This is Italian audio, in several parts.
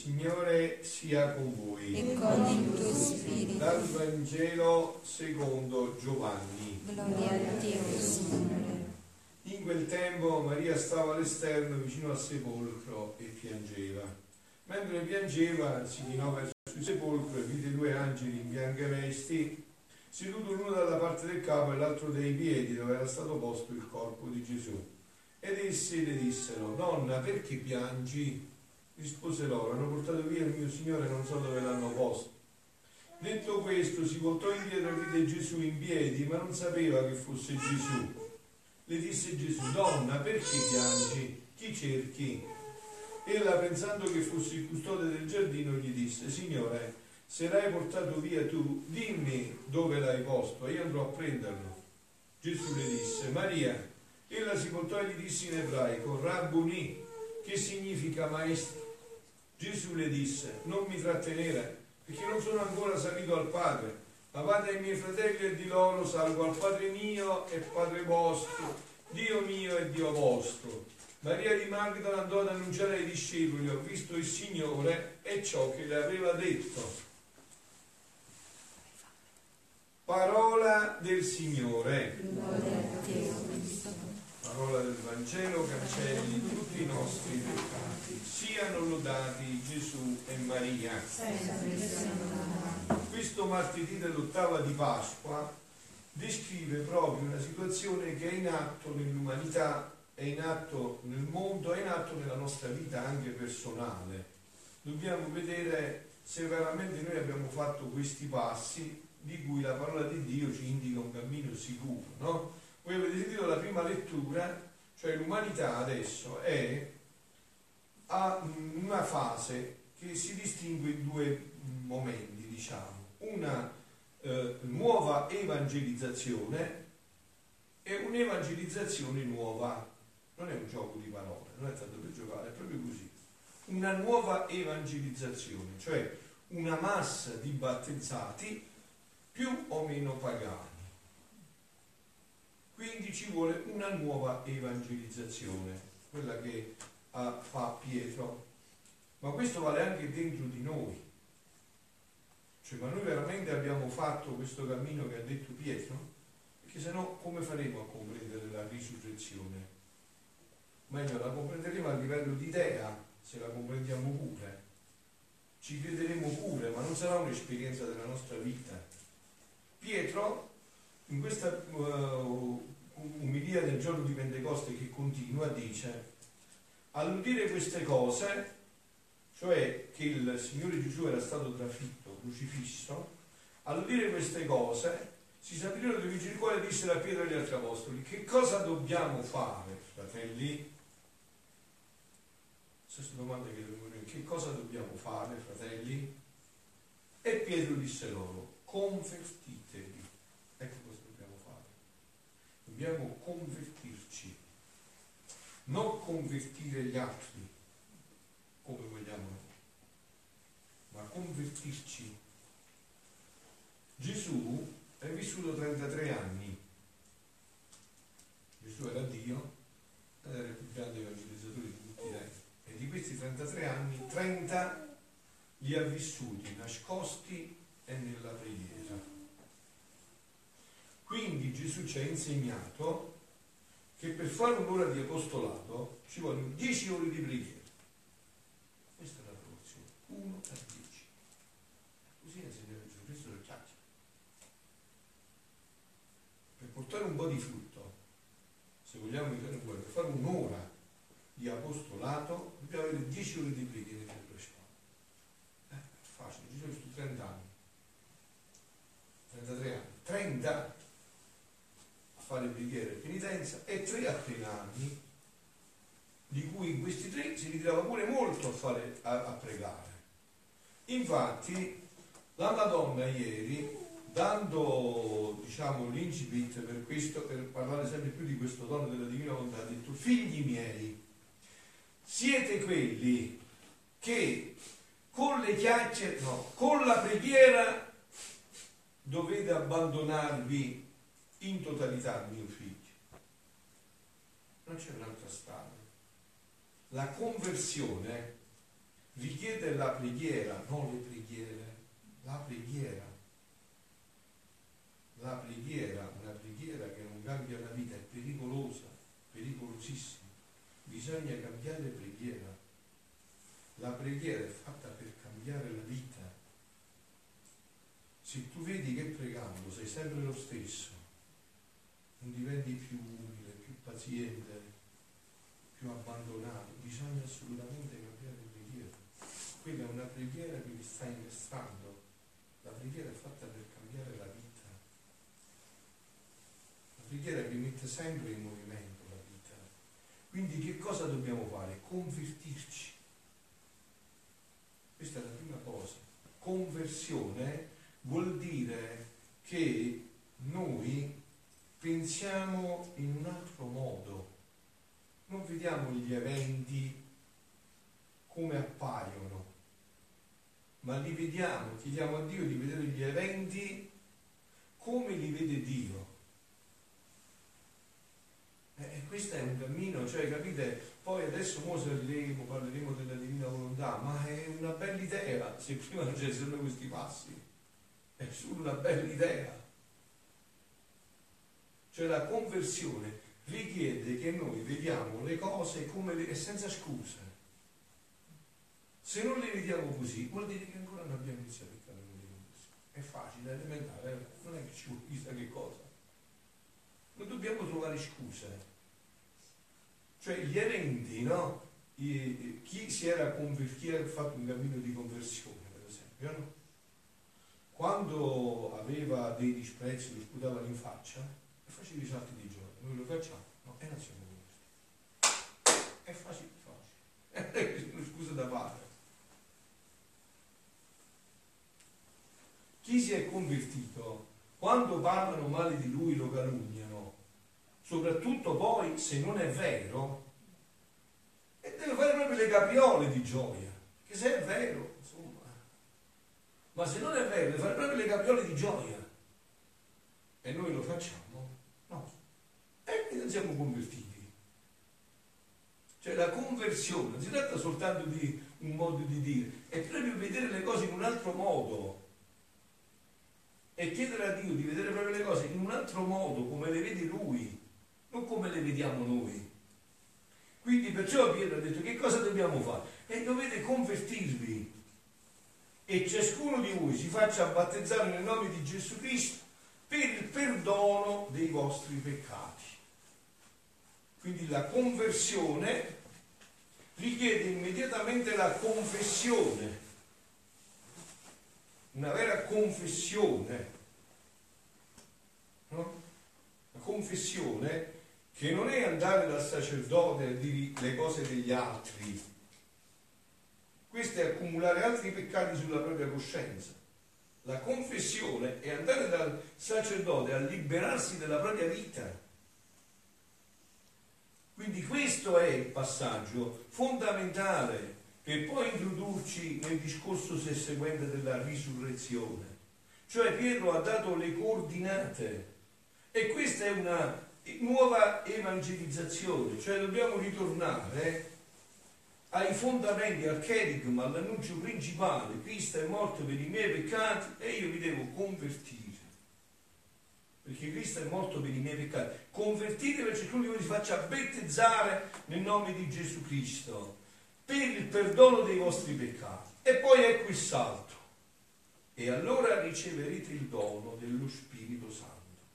Signore sia con voi. E con il tuo spirito. Dal Vangelo secondo Giovanni. Gloria a Dio, Signore. In quel tempo Maria stava all'esterno vicino al sepolcro e piangeva. Mentre piangeva si chinò verso il sepolcro e vide due angeli in bianche vesti, seduto l'uno dalla parte del capo e l'altro dei piedi dove era stato posto il corpo di Gesù. Ed essi le dissero: Donna, perché piangi? Rispose loro: hanno portato via il mio Signore, non so dove l'hanno posto. Detto questo si voltò indietro e vide Gesù in piedi, ma non sapeva che fosse Gesù. Le disse Gesù: Donna, perché piangi? Chi cerchi? Ella, pensando che fosse il custode del giardino, gli disse: Signore, se l'hai portato via tu, dimmi dove l'hai posto e io andrò a prenderlo. Gesù le disse: Maria. Ella si voltò e gli disse in ebraico: Rabbuni, che significa maestro. Gesù le disse: non mi trattenere, perché non sono ancora salito al Padre, ma vada ai miei fratelli e di loro: salgo al Padre mio e Padre vostro, Dio mio e Dio vostro. Maria di Magdala andò ad annunciare ai discepoli: ho visto il Signore e ciò che le aveva detto. Parola del Signore. Gloria a Dio. Parola del Vangelo, cancelli tutti i nostri peccati. Siano lodati Gesù e Maria. Questo martedì dell'ottava di Pasqua descrive proprio una situazione che è in atto nell'umanità, è in atto nel mondo, è in atto nella nostra vita anche personale. Dobbiamo vedere se veramente noi abbiamo fatto questi passi di cui la parola di Dio ci indica un cammino sicuro, no? Voi avete sentito la prima lettura, cioè l'umanità adesso ha una fase che si distingue in due momenti, diciamo, una nuova evangelizzazione e un'evangelizzazione nuova. Non è un gioco di parole, non è tanto per giocare, è proprio così. Una nuova evangelizzazione, cioè una massa di battezzati più o meno pagani. Quindi ci vuole una nuova evangelizzazione, quella che fa Pietro, ma questo vale anche dentro di noi. Cioè, ma noi veramente abbiamo fatto questo cammino che ha detto Pietro? Perché sennò come faremo a comprendere la risurrezione? Meglio, la comprenderemo a livello di idea, se la comprendiamo pure. Ci crederemo pure, ma non sarà un'esperienza della nostra vita. Pietro, in questa umilia del giorno di Pentecoste che continua, dice: all'udire queste cose, cioè che il Signore Gesù era stato trafitto, crocifisso, all'udire queste cose si s'aprirono dei vigili cuori e dissero a Pietro e agli altri apostoli: che cosa dobbiamo fare, fratelli? Stessa domanda che dobbiamo dire: che cosa dobbiamo fare, fratelli? E Pietro disse loro: convertitevi. Ecco cosa dobbiamo fare. Dobbiamo convertirci, non convertire gli altri come vogliamo noi, ma convertirci. Gesù è vissuto 33 anni. Gesù era Dio ed era il più grande evangelizzatore di tutti i tempi. E di questi 33 anni, 30 li ha vissuti nascosti e nella preghiera. Quindi Gesù ci ha insegnato che per fare un'ora di apostolato ci vogliono 10 ore di preghiera. Questa è la proporzione, 1 a 10. Così ha insegnato Gesù Cristo del chiacchiere. Per portare un po' di frutto, se vogliamo vedere un po', per fare un'ora di apostolato dobbiamo avere 10 ore di preghiera nelle spalle. È facile, Gesù ha vissuto 30 anni, 33 anni, 30 a fare preghiera e penitenza e 3 appena anni, di cui in questi 3 si ritirava pure molto a pregare. Infatti la Madonna ieri, dando diciamo l'incipit per questo, per parlare sempre più di questo dono della divina volontà, ha detto: figli miei, siete quelli che con le chiacchiere, no, con la preghiera dovete abbandonarvi in totalità al mio figlio. Non c'è un'altra strada. La conversione richiede la preghiera, non le preghiere, la preghiera. La preghiera, una preghiera che non cambia la vita, è pericolosa, pericolosissima. Bisogna cambiare preghiera. La preghiera è fatta per cambiare la vita. Se tu vedi che pregando sei sempre lo stesso, non diventi più umile, più paziente, più abbandonato, bisogna assolutamente cambiare preghiera. Quella è una preghiera che vi sta innestrando. La preghiera è fatta per cambiare la vita. La preghiera vi mette sempre in movimento la vita. Quindi che cosa dobbiamo fare? Convertirci. Questa è la prima cosa. Conversione vuol dire che noi pensiamo in un altro modo. Non vediamo gli eventi come appaiono, ma li vediamo, chiediamo a Dio di vedere gli eventi come li vede Dio. E questo è un cammino, cioè capite? Poi adesso parleremo della divina volontà, ma è una bella idea, se prima non ci sono questi passi, è solo una bella idea. Cioè la conversione richiede che noi vediamo le cose come e senza scuse. Se non le vediamo così, vuol dire che ancora non abbiamo iniziato il cammino di conversione. È facile, è elementare, non è che ci vuole chissà che cosa. Non dobbiamo trovare scuse. Cioè gli eventi, no? Chi si era chi ha fatto un cammino di conversione, per esempio, no? Quando aveva dei disprezzi, lo sputavano in faccia, e faceva i salti di gioia. Noi lo facciamo, no? E non siamo convertiti. È facile, facile. Non scusa da fare. Chi si è convertito, quando parlano male di lui lo calunniano, soprattutto poi se non è vero, e deve fare proprio le capriole di gioia, che se è vero, insomma, ma se non è vero deve fare proprio le capriole di gioia, e noi lo facciamo, no, e quindi non siamo convertiti. Cioè la conversione non si tratta soltanto di un modo di dire, è proprio vedere le cose in un altro modo. E chiedere a Dio di vedere proprio le cose in un altro modo, come le vede Lui, non come le vediamo noi. Quindi perciò Pietro ha detto: che cosa dobbiamo fare? E dovete convertirvi, e ciascuno di voi si faccia battezzare nel nome di Gesù Cristo per il perdono dei vostri peccati. Quindi la conversione richiede immediatamente la confessione, una vera confessione, no? La confessione che non è andare dal sacerdote a dire le cose degli altri, questo è accumulare altri peccati sulla propria coscienza. La confessione è andare dal sacerdote a liberarsi della propria vita. Quindi questo è il passaggio fondamentale per poi introdurci nel discorso seguente della risurrezione. Cioè Pietro ha dato le coordinate, e questa è una nuova evangelizzazione, cioè dobbiamo ritornare ai fondamenti, al cherigma, all'annuncio principale: Cristo è morto per i miei peccati e io vi devo convertire. Perché Cristo è morto per i miei peccati. Convertite per ciascuno di voi si faccia battezzare nel nome di Gesù Cristo per il perdono dei vostri peccati. E poi ecco il salto: e allora riceverete il dono dello Spirito Santo.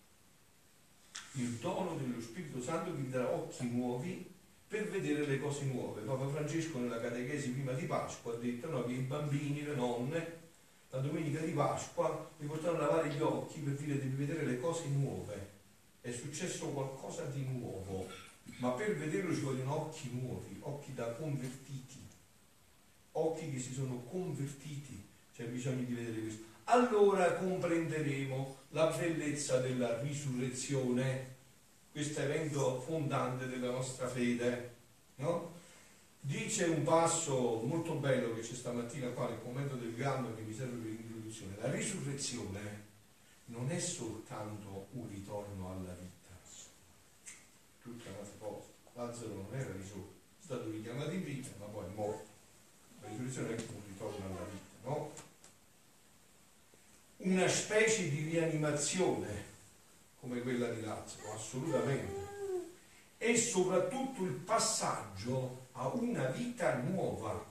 Il dono dello Spirito Santo vi darà occhi nuovi per vedere le cose nuove. Papa Francesco nella catechesi prima di Pasqua ha detto, no, che i bambini, le nonne, la domenica di Pasqua vi portano a lavare gli occhi per dire: devi vedere le cose nuove. È successo qualcosa di nuovo, ma per vederlo ci vogliono occhi nuovi, occhi da convertiti, occhi che si sono convertiti. C'è bisogno di vedere questo. Allora comprenderemo la bellezza della risurrezione, questo evento fondante della nostra fede, no? Dice un passo molto bello che c'è stamattina qua nel commento del Gallo, che mi serve per l'introduzione: la risurrezione non è soltanto un ritorno alla vita, tutta un'altra cosa. Lazzaro non era risorto, è stato richiamato in vita, ma poi è morto. La risurrezione è specie di rianimazione come quella di Lazzaro, assolutamente. È soprattutto il passaggio a una vita nuova.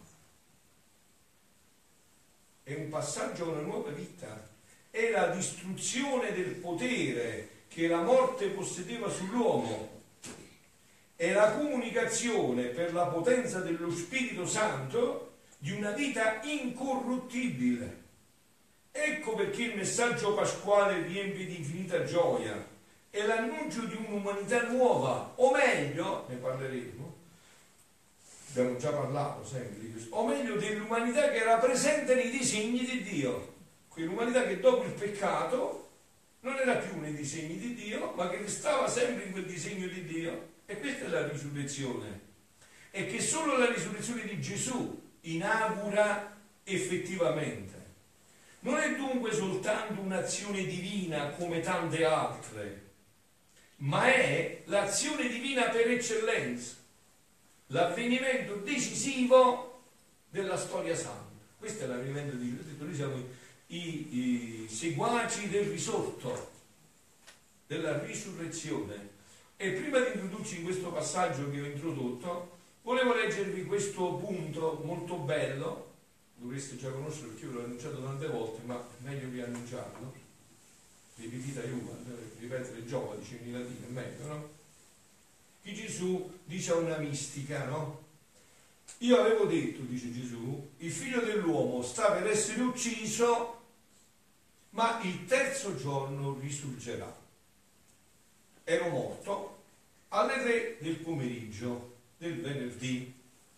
È un passaggio a una nuova vita. È la distruzione del potere che la morte possedeva sull'uomo. È la comunicazione per la potenza dello Spirito Santo di una vita incorruttibile. Ecco perché il messaggio pasquale riempie di infinita gioia. È l'annuncio di un'umanità nuova, o meglio, ne parleremo, abbiamo già parlato sempre di questo, o meglio dell'umanità che era presente nei disegni di Dio, quell'umanità che dopo il peccato non era più nei disegni di Dio, ma che restava sempre in quel disegno di Dio. E questa è la risurrezione, e che solo la risurrezione di Gesù inaugura effettivamente. Non è dunque soltanto un'azione divina come tante altre, ma è l'azione divina per eccellenza, l'avvenimento decisivo della storia santa. Questo è l'avvenimento di Gesù. Noi siamo i seguaci del risorto, della risurrezione. E prima di introdurci in questo passaggio che ho introdotto, volevo leggervi questo punto molto bello. Dovreste già conoscere perché io l'ho annunciato tante volte, ma è meglio che annunciarlo. Ripetita Iuva, ripetere Giova, dice in latino, è meglio, no? Che Gesù dice a una mistica, no? Io avevo detto, dice Gesù, il figlio dell'uomo sta per essere ucciso, ma il terzo giorno risurgerà. Ero morto alle 3 del pomeriggio del venerdì.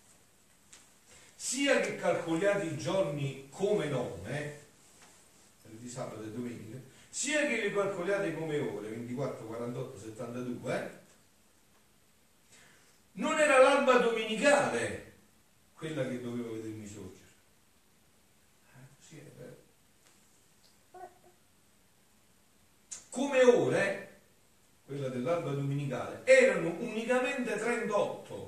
Sia che calcoliate i giorni come nome, venerdì, sabato e domenica, sia che li calcoliate come ore, 24, 48, 72, non era l'alba domenicale quella che doveva vedermi sorgere. Sì, è vero. Come ore, quella dell'alba domenicale, erano unicamente 38.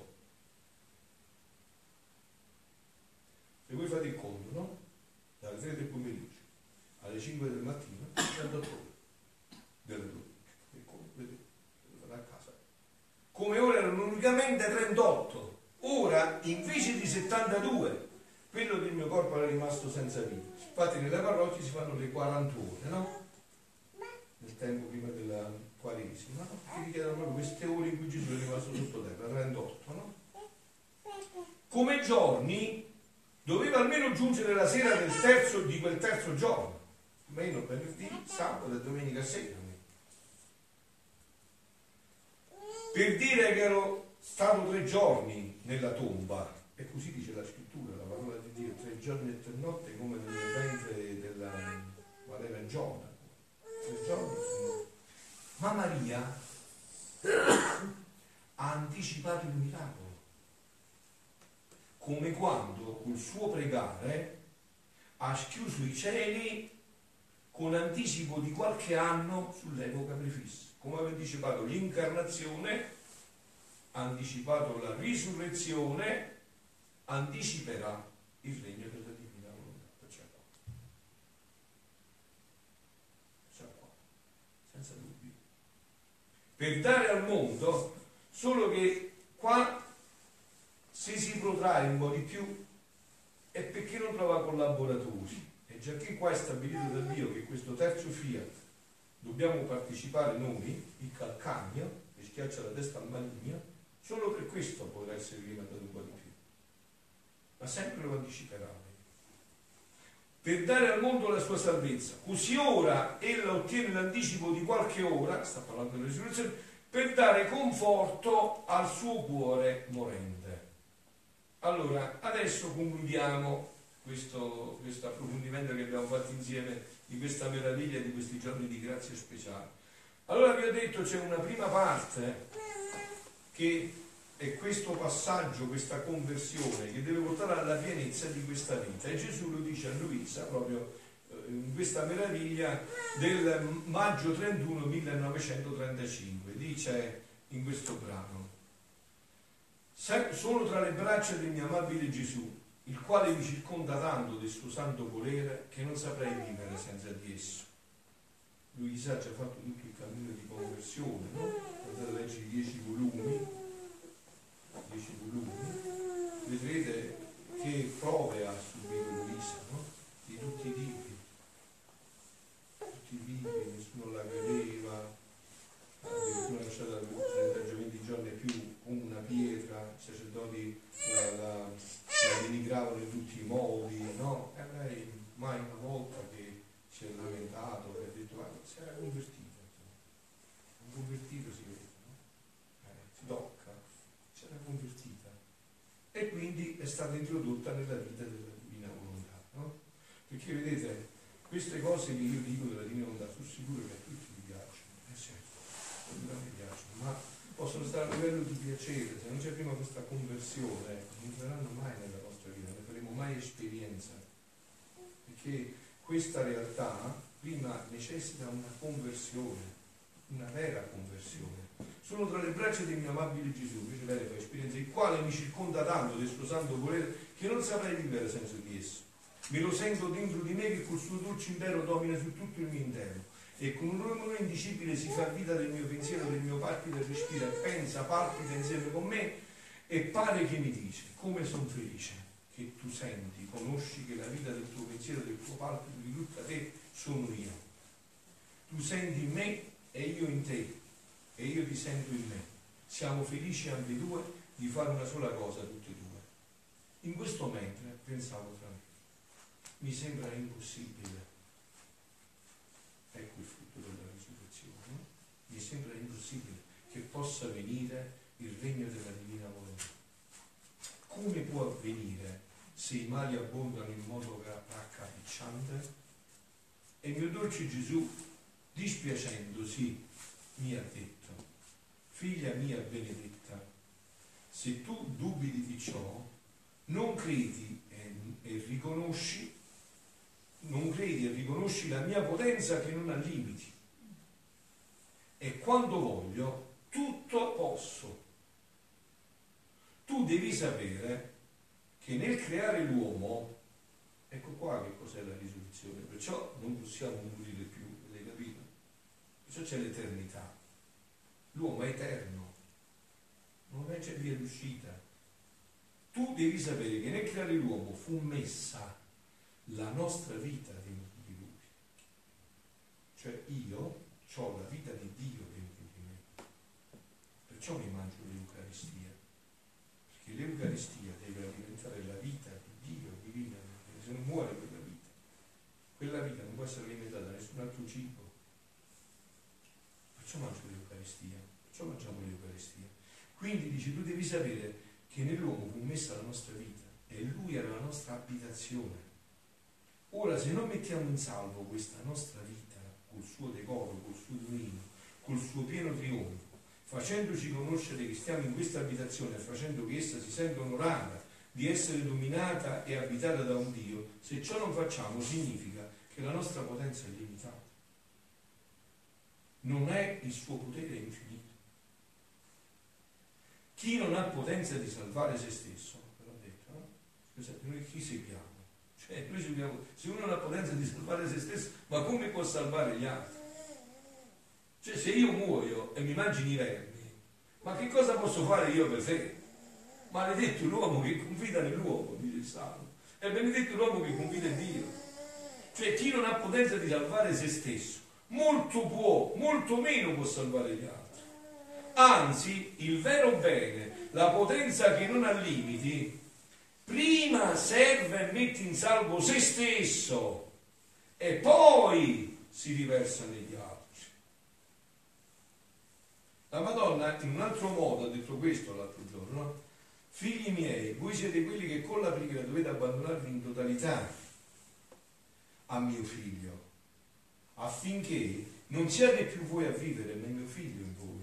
Se voi fate il conto, no? Dalle 3 del pomeriggio alle 5 del mattino, 38 ore della domenica. Il conto, vedete, lo fate a casa. Come ora erano unicamente 38. Ora, invece di 72, quello del mio corpo era rimasto senza vita. Infatti nelle parrocchie si fanno le 40 ore, no? Nel tempo prima della Quaresima, no? Che richiedono proprio queste ore in cui Gesù è rimasto sottoterra, 38, no? Come giorni doveva almeno giungere la sera di quel terzo giorno, almeno venerdì, sabato e domenica sera. Per dire che ero stato 3 giorni nella tomba, e così dice la scrittura, la parola di Dio, 3 giorni e 3 notti come nel ventre della Valera Giona. 3 giorni. Ma Maria ha anticipato il miracolo, come quando col suo pregare ha schiuso i cieli con anticipo di qualche anno sull'epoca prefissa. Come aveva anticipato l'incarnazione, ha anticipato la risurrezione, anticiperà il regno della divina volontà. C'è qua, senza dubbio. Per dare al mondo, solo che qua se si protrae un po' di più è perché non trova collaboratori, e già che qua è stabilito da Dio che questo terzo fiat dobbiamo partecipare noi, il calcagno che schiaccia la testa al maligno, solo per questo potrà essere rimandato un po' di più, ma sempre lo anticiperà, per dare al mondo la sua salvezza. Così ora ella ottiene l'anticipo di qualche ora, sta parlando della risurrezione, per dare conforto al suo cuore morente. Allora, adesso concludiamo questo approfondimento che abbiamo fatto insieme di questa meraviglia di questi giorni di grazia speciale. Allora vi ho detto, c'è una prima parte che è questo passaggio, questa conversione che deve portare alla pienezza di questa vita, e Gesù lo dice a Luisa proprio in questa meraviglia del maggio 31 1935. Dice in questo brano: sono tra le braccia del mio amabile Gesù, il quale mi circonda tanto del suo santo volere che non saprei vivere senza di esso. lui chissà ha già fatto tutto il cammino di conversione, no? Andate a leggere i 10 volumi, vedrete che prove ha subito Luisa, no? Di tutti i tipi, nessuno la credeva, addirittura è lasciata per 20 giorni e più come una pietra, i sacerdoti la denigravano in tutti i modi, no? E lei mai una volta che si è lamentato, che ha detto, si era convertita, un convertito si vede, no? Si tocca, si era convertita. E quindi è stata introdotta nella vita della Divina Volontà, no? Perché vedete, queste cose che io dico della Divina Volontà, sono sicuro che a tutti vi piacciono, certo, a me piacciono, ma possono stare a livello di piacere, se non c'è prima questa conversione, non saranno mai nella nostra vita, non ne faremo mai esperienza, perché questa realtà prima necessita una conversione, una vera conversione. Sono tra le braccia del mio amabile Gesù, invece lei fa esperienza, il quale mi circonda tanto del suo santo volere che non saprei vivere senza di esso. Me lo sento dentro di me che col suo dolce impero domina su tutto il mio interno e con un rumore indicibile si fa vita del mio pensiero, del mio palpito e respira, pensa, palpita insieme con me e pare che mi dice come sono felice che tu senti, conosci che la vita del tuo pensiero, del tuo palpito, di tutta te sono io. Tu senti in me e io in te e io ti sento in me. Siamo felici ambedue di fare una sola cosa tutti e due. In questo mentre pensavo tra me, mi sembra impossibile, ecco il frutto della risurrezione, no? Mi sembra impossibile che possa venire il regno della Divina Volontà. Come può avvenire se i mali abbondano in modo raccapricciante? E il mio dolce Gesù, dispiacendosi, mi ha detto, figlia mia benedetta, se tu dubiti di ciò, non credi e riconosci la mia potenza che non ha limiti. E quando voglio, tutto posso. Tu devi sapere che nel creare l'uomo, ecco qua che cos'è la risurrezione, perciò non possiamo morire più, avete capito? Perciò c'è l'eternità. L'uomo è eterno, non c'è via d'uscita. Tu devi sapere che nel creare l'uomo fu messa la nostra vita dentro di lui. Cioè io ho la vita di Dio dentro di me. Perciò mi mangio l'Eucaristia. Perché l'Eucaristia deve alimentare la vita di Dio divina, perché se non muore quella vita non può essere alimentata da nessun altro cibo. Perciò mangio l'Eucaristia, perciò mangiamo l'Eucaristia. Quindi dice, tu devi sapere che nell'uomo fu messa la nostra vita e lui era la nostra abitazione. Ora, se non mettiamo in salvo questa nostra vita col suo decoro, col suo domino, col suo pieno trionfo, facendoci conoscere che stiamo in questa abitazione e facendo che essa si senta onorata di essere dominata e abitata da un Dio, se ciò non facciamo significa che la nostra potenza è limitata. Non è il suo potere infinito. Chi non ha potenza di salvare se stesso, ve l'ho detto, no? Scusate, noi chi seguiamo? Cioè, noi seguiamo, se uno non ha potenza di salvare se stesso, ma come può salvare gli altri? Cioè, se io muoio e mi mangino i vermi, ma che cosa posso fare io per te? Maledetto l'uomo che confida nell'uomo, dice il Salmo, e benedetto l'uomo che confida in Dio. Cioè, chi non ha potenza di salvare se stesso, molto meno può salvare gli altri. Anzi, il vero bene, la potenza che non ha limiti, prima serve e mette in salvo se stesso e poi si riversa negli altri. La Madonna in un altro modo ha detto questo l'altro giorno, no? Figli miei, voi siete quelli che con la preghiera dovete abbandonarvi in totalità a mio figlio, affinché non siate più voi a vivere, ma mio figlio in voi.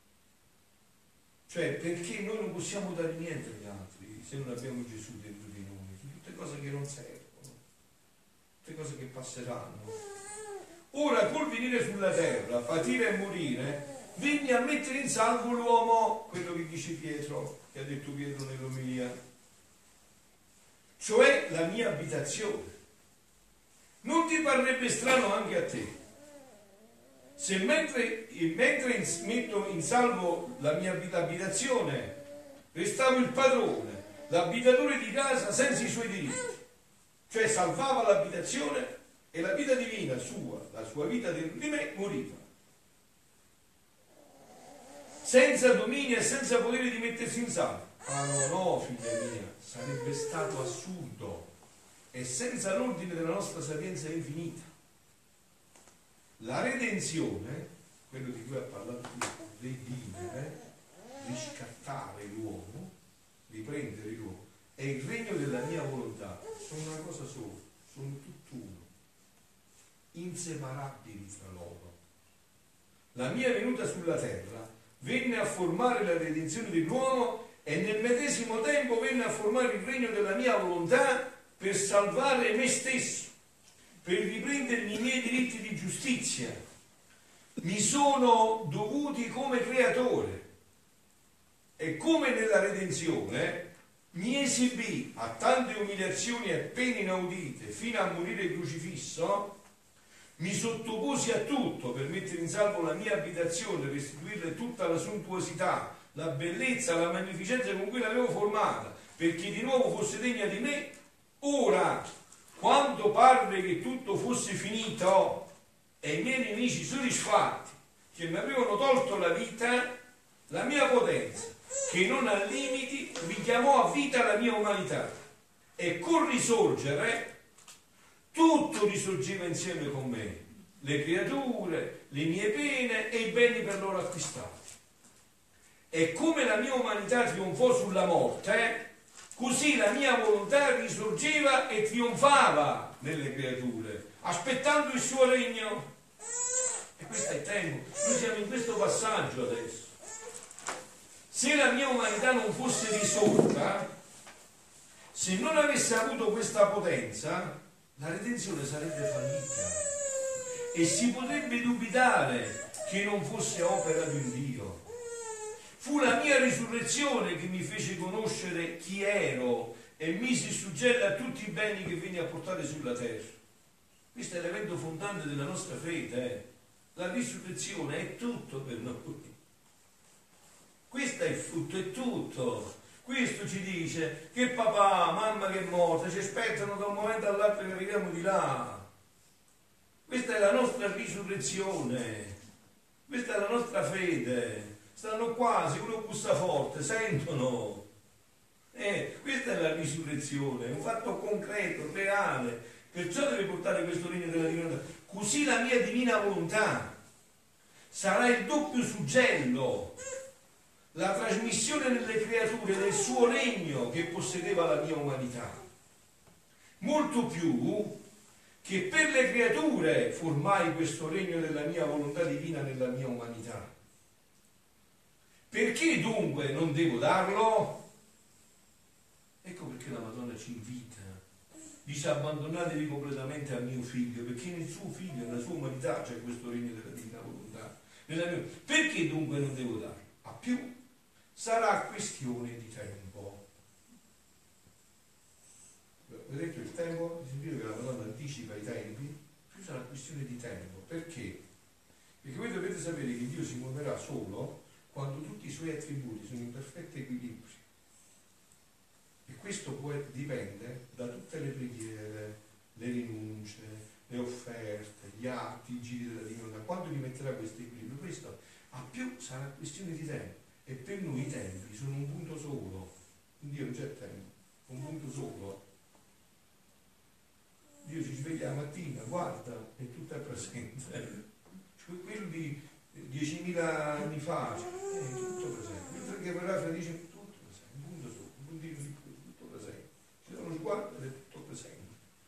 Cioè, perché noi non possiamo dare niente agli altri se non abbiamo Gesù dentro di noi, tutte cose che non servono, tutte cose che passeranno. Ora, col venire sulla terra, patire e morire, venne a mettere in salvo l'uomo, quello che dice Pietro, che ha detto Pietro nell'omelia, cioè la mia abitazione. Non ti parrebbe strano anche a te Se mentre metto in salvo la mia abitazione, restavo il padrone, l'abitatore di casa senza i suoi diritti, cioè salvava l'abitazione e la vita divina sua, la sua vita di me, moriva. Senza dominio e senza potere di mettersi in salvo. Ah no, figlia mia, sarebbe stato assurdo e senza l'ordine della nostra sapienza infinita. La redenzione, quello di cui ha parlato redimere, riscattare l'uomo, riprendere l'uomo, è il regno della mia volontà. Sono una cosa sola, sono tutt'uno, inseparabili fra loro. La mia venuta sulla terra venne a formare la redenzione dell'uomo e nel medesimo tempo venne a formare il regno della mia volontà per salvare me stesso, per riprendermi i miei diritti di giustizia. Mi sono dovuti come creatore e come nella redenzione mi esibì a tante umiliazioni e pene inaudite fino a morire crocifisso. Mi sottoposi a tutto per mettere in salvo la mia abitazione, restituirle tutta la sontuosità, la bellezza, la magnificenza con cui l'avevo formata, perché di nuovo fosse degna di me. Ora, quando parve che tutto fosse finito e i miei nemici soddisfatti, che mi avevano tolto la vita, la mia potenza, che non ha limiti, richiamò a vita la mia umanità e col risorgere tutto risorgeva insieme con me, le creature, le mie pene e i beni per loro acquistati. E come la mia umanità trionfò sulla morte, così la mia volontà risorgeva e trionfava nelle creature, aspettando il suo regno. E questo è il tempo. Noi siamo in questo passaggio adesso. Se la mia umanità non fosse risorta, se non avesse avuto questa potenza, la redenzione sarebbe fallita e si potrebbe dubitare che non fosse opera di un Dio. Fu la mia risurrezione che mi fece conoscere chi ero e misi suggella a tutti i beni che venni a portare sulla terra. Questo è l'evento fondante della nostra fede. La risurrezione è tutto per noi. Questo è il tutto, è tutto. Questo ci dice che papà, mamma che è morta, ci aspettano da un momento all'altro che arriviamo di là. Questa è la nostra risurrezione, questa è la nostra fede. Stanno qua, se uno bussa forte, sentono. Questa è la risurrezione, è un fatto concreto, reale. Perciò deve portare questo regno della divinità. Così la mia divina volontà sarà il doppio suggello, la trasmissione nelle creature del suo regno che possedeva la mia umanità, molto più che per le creature formai questo regno della mia volontà divina nella mia umanità. Perché dunque non devo darlo? Ecco perché la Madonna ci invita, dice: abbandonatevi completamente al mio figlio, perché nel suo figlio, nella sua umanità c'è questo regno della divina volontà. Perché dunque non devo darlo? A più sarà questione di tempo. Vedete il tempo? Significa che la Madonna anticipa i tempi, più sarà questione di tempo. Perché? Perché voi dovete sapere che Dio si muoverà solo quando tutti i suoi attributi sono in perfetto equilibrio. E questo dipende da tutte le preghiere, le rinunce, le offerte, gli atti, i giri della divinità. Quando li metterà questo equilibrio? Questo a più sarà questione di tempo. E per noi i tempi sono un punto solo. In Dio non c'è tempo, un punto solo. Dio ci sveglia la mattina, guarda, e tutto è presente. Cioè, quello di 10.000 anni fa, è tutto presente. Mentre che verrà fra 10 minuti, tutto presente, un punto solo, un puntino di più, tutto presente. Ci dà uno sguardo ed è tutto presente.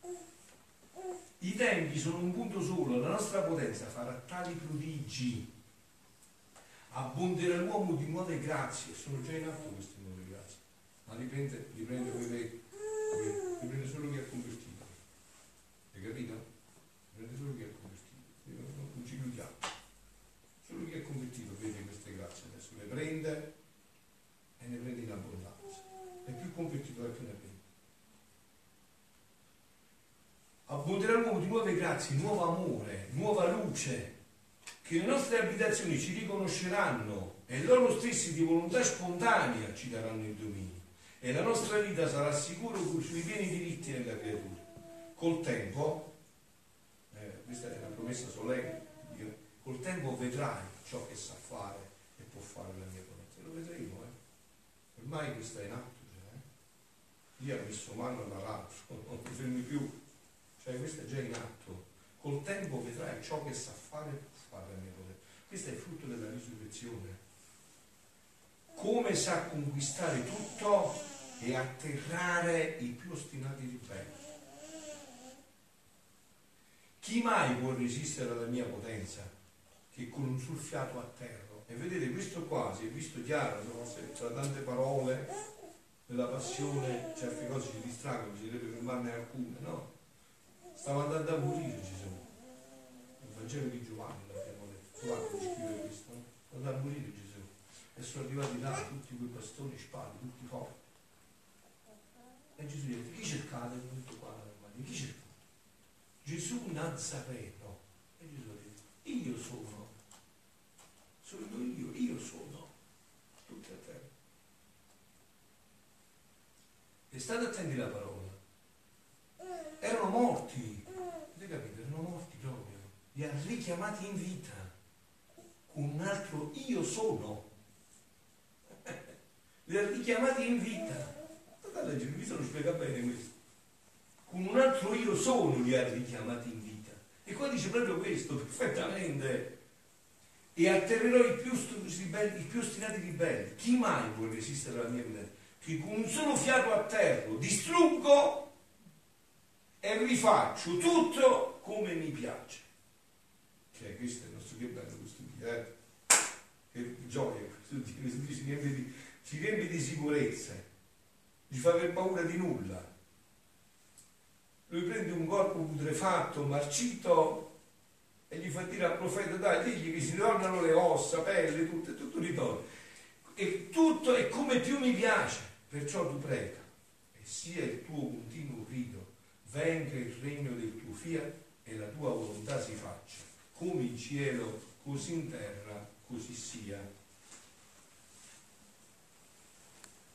I tempi sono un punto solo, la nostra potenza farà tali prodigi, abbonderà l'uomo di nuove grazie. Sono già in atto queste nuove grazie, ma riprende solo chi ha convertito. Hai capito? Riprende solo chi ha convertito, non ci chiudiamo. Solo chi ha convertito vede queste grazie, adesso le prende e ne prende in abbondanza. E più convertito è più ne prende. Abbonderà l'uomo di nuove grazie, nuovo amore, nuova luce. che le nostre abitazioni ci riconosceranno e loro stessi di volontà spontanea ci daranno il dominio e la nostra vita sarà sicura sui pieni diritti della creatura. Col tempo, questa è una promessa solenne, col tempo vedrai ciò che sa fare e può fare la mia potenza. Lo vedremo, ormai questo è in atto. Dio ha messo mano all'aratro, non ti fermi più, cioè questo è già in atto. Col tempo vedrai ciò che sa fare e può fare la mia potenza. Questo è il frutto della risurrezione. Come sa conquistare tutto e atterrare i più ostinati ribelli. Chi mai può resistere alla mia potenza che con un sul fiato atterro? E vedete, questo qua si è visto chiaro, tra tante parole della passione, certe cose ci distraggono, bisognerebbe fermarne alcune, no? Stava andando a morire Gesù. Il Vangelo di Giovanni l'abbiamo letto, Giovanni scrive questo, no? Stava andando a morire Gesù. E sono arrivati là tutti quei bastoni, spade, tutti forti. E Gesù dice, chi cercate? Tutto qua, chi cercate? Gesù Nazareno. E Gesù ha detto, io sono io sono, tutti a terra. E state attenti alla parola. Erano morti, avete capito? Erano morti proprio. Li ha richiamati in vita con un altro io sono. Li ha richiamati in vita. Guardate, mi sono spiegato bene questo. Con un altro io sono li ha richiamati in vita. E qua dice proprio questo, perfettamente. E atterrerò i più ostinati ribelli. Chi mai può resistere alla mia vita? Che con un solo fiato a terra distruggo e rifaccio tutto come mi piace. Cioè, questo è il nostro, che bello questo Dio, che gioia, questo Dio ci riempie di sicurezze, ci fa aver paura di nulla. Lui prende un corpo putrefatto, marcito, e gli fa dire al profeta, dai, digli che si ritornano le ossa, pelle, tutto ritorna. E tutto è come più mi piace, perciò tu prega, e sia il tuo continuo grido, venga il regno del tuo fiat e la tua volontà si faccia, come in cielo, così in terra, così sia.